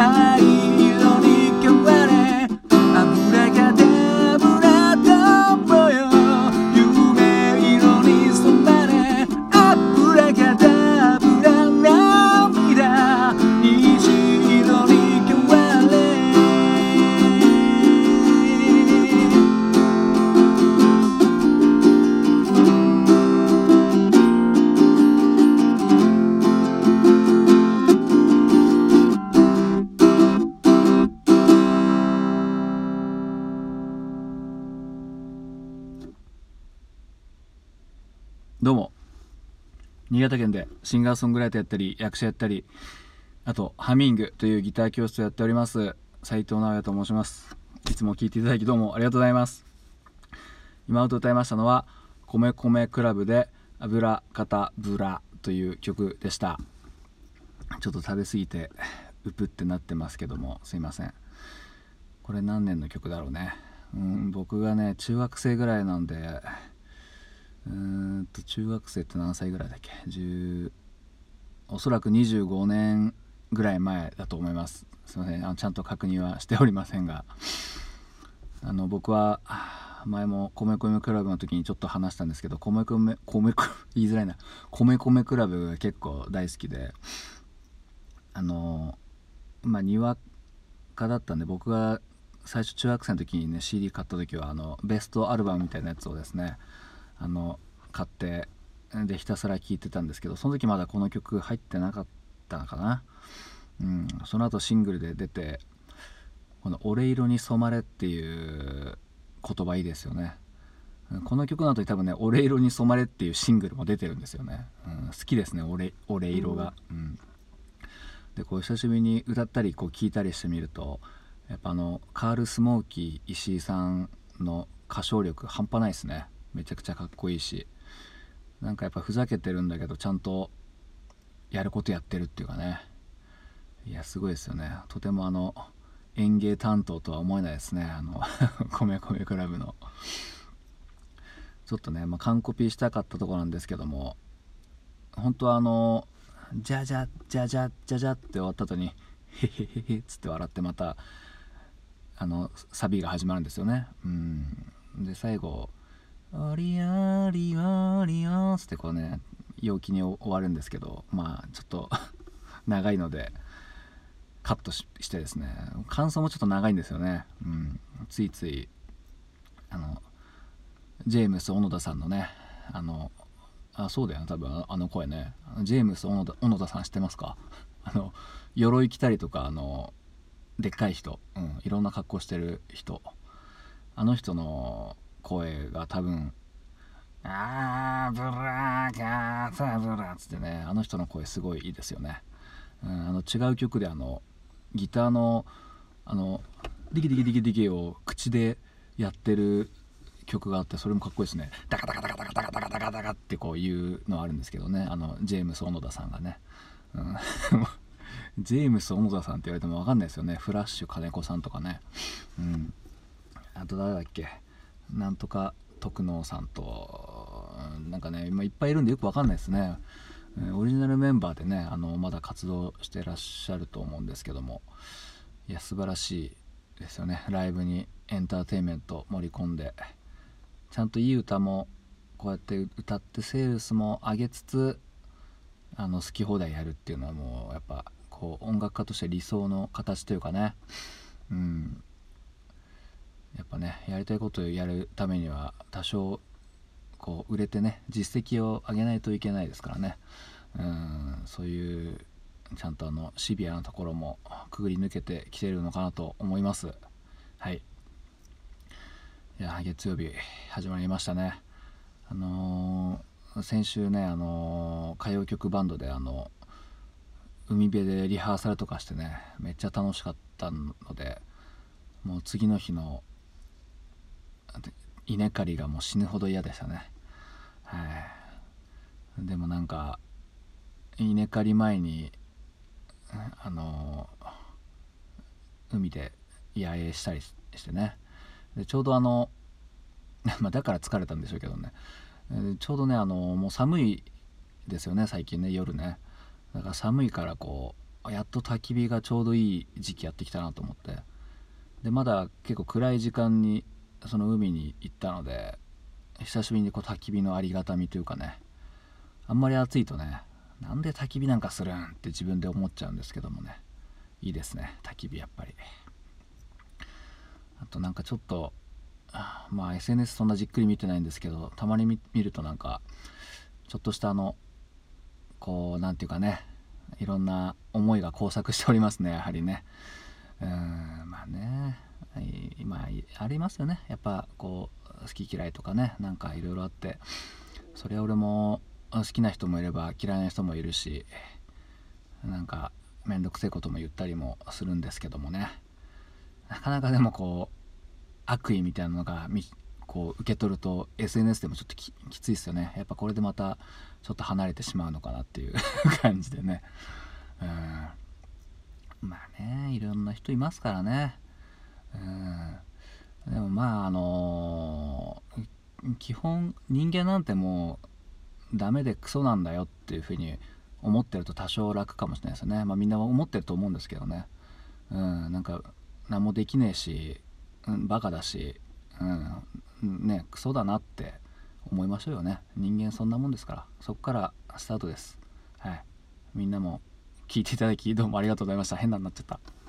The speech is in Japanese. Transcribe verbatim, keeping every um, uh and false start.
灰色に変われアブラカダブラと模様夢色に染まれアブラカダブラ涙虹色に変われどうも、新潟県でシンガーソングライターやったり役者やったり、あとハミングというギター教室をやっております斉藤直也と申します。いつも聴いていただきどうもありがとうございます。今歌いましたのは米米クラブでアブラカタブラという曲でした。ちょっと食べ過ぎてうぷってなってますけどもすいません。これ何年の曲だろうね。うん、僕がね中学生ぐらいなんで、うーんと中学生って何歳ぐらいだっけ、じゅうおそらくにじゅうごねんぐらい前だと思います。すいません、あのちゃんと確認はしておりませんが、あの僕は前も米米クラブの時にちょっと話したんですけど、米米米言いづらいな米米クラブが結構大好きで、あのまあにわかだったんで、僕が最初中学生の時にね シーディー 買った時はあのベストアルバムみたいなやつをですねあの買ってでひたすら聴いてたんですけど、その時まだこの曲入ってなかったのかな。うん、その後シングルで出て、この「俺色に染まれ」っていう言葉いいですよね。この曲の後に多分ね「俺色に染まれ」っていうシングルも出てるんですよね。うん、好きですね、俺俺色が。うん、でこう久しぶりに歌ったりこう聞いたりしてみると、やっぱあのカール・スモーキー石井さんの歌唱力半端ないですね。めちゃくちゃかっこいいし、なんかやっぱふざけてるんだけどちゃんとやることやってるっていうかね、いやすごいですよね。とてもあの演芸担当とは思えないですね、あの米米クラブの。ちょっとね、まあ、完コピしたかったところなんですけども、本当はあのじゃじゃじゃじゃじゃじゃって終わった後にへへへへっつって笑ってまたあのサビが始まるんですよね。うんで最後オリオリオリオンってこうね陽気に終わるんですけど、まあちょっと長いのでカット し, してですね、感想もちょっと長いんですよね。うん、ついついあのジェームス小野田さんのね、あのあそうだよね多分あの声ね、ジェームス小野田小野田さん知ってますか？あの鎧着たりとか、あのでっかい人、うん、いろんな格好してる人、あの人の声が多分あーブラーガーサブラーつってね、あの人の声すごいいいですよね。うん、あの違う曲であのギターのあのディキディキディキディキを口でやってる曲があって、それもかっこいいですね。ダカダカダカダカダカダカダカダカってこういうのあるんですけどね、あのジェームス小野田さんがね、うん、ジェームス小野田さんって言われても分かんないですよね。フラッシュ金子さんとかね、うん、あと誰だっけ、なんとか徳能さんとなんかね今いっぱいいるんでよく分かんないですね。オリジナルメンバーでねあのまだ活動してらっしゃると思うんですけども、いや素晴らしいですよね。ライブにエンターテインメント盛り込んで、ちゃんといい歌もこうやって歌ってセールスも上げつつあの好き放題やるっていうのはもうやっぱこう音楽家として理想の形というかね、うん、やっぱねやりたいことをやるためには多少こう売れてね実績を上げないといけないですからね、うん、そういうちゃんとあのシビアなところもくぐり抜けてきてるのかなと思います。はい、いや月曜日始まりましたね。あのー、先週ね、あのー、歌謡曲バンドであの海辺でリハーサルとかしてねめっちゃ楽しかったので、もう次の日の稲刈りがもう死ぬほど嫌でしたね。はい、でもなんか稲刈り前にあの海で野営したりしてね、でちょうどあのまあだから疲れたんでしょうけどね、ちょうどねあのもう寒いですよね最近ね夜ね。だから寒いからこやっと焚き火がちょうどいい時期やってきたなと思って、でまだ結構暗い時間にその海に行ったので、久しぶりにこう焚き火のありがたみというかね、あんまり暑いとね、なんで焚き火なんかするんって自分で思っちゃうんですけどもね、いいですね焚き火やっぱり。あとなんかちょっとまあ エスエヌエス そんなじっくり見てないんですけど、たまに見るとなんかちょっとしたあのこうなんていうかね、いろんな思いが交錯しておりますね、やはりね。うーんまあね、今ありますよね、やっぱこう好き嫌いとかね、なんかいろいろあって、それは俺も好きな人もいれば嫌いな人もいるし、なんかめんどくせえことも言ったりもするんですけどもね、なかなかでもこう悪意みたいなのがこう受け取ると エスエヌエス でもちょっと き, きついですよね。やっぱこれでまたちょっと離れてしまうのかなっていう感じでね。うんまあね、いろんな人いますからね。うんでもまああのー、基本人間なんてもうダメでクソなんだよっていうふうに思ってると多少楽かもしれないですよね。まあみんな思ってると思うんですけどね。うんなんか何もできねえし、うん、バカだし、うんね、クソだなって思いましょうよね。人間そんなもんですから、そこからスタートです。はい、みんなも聞いていただきどうもありがとうございました。変なになっちゃった。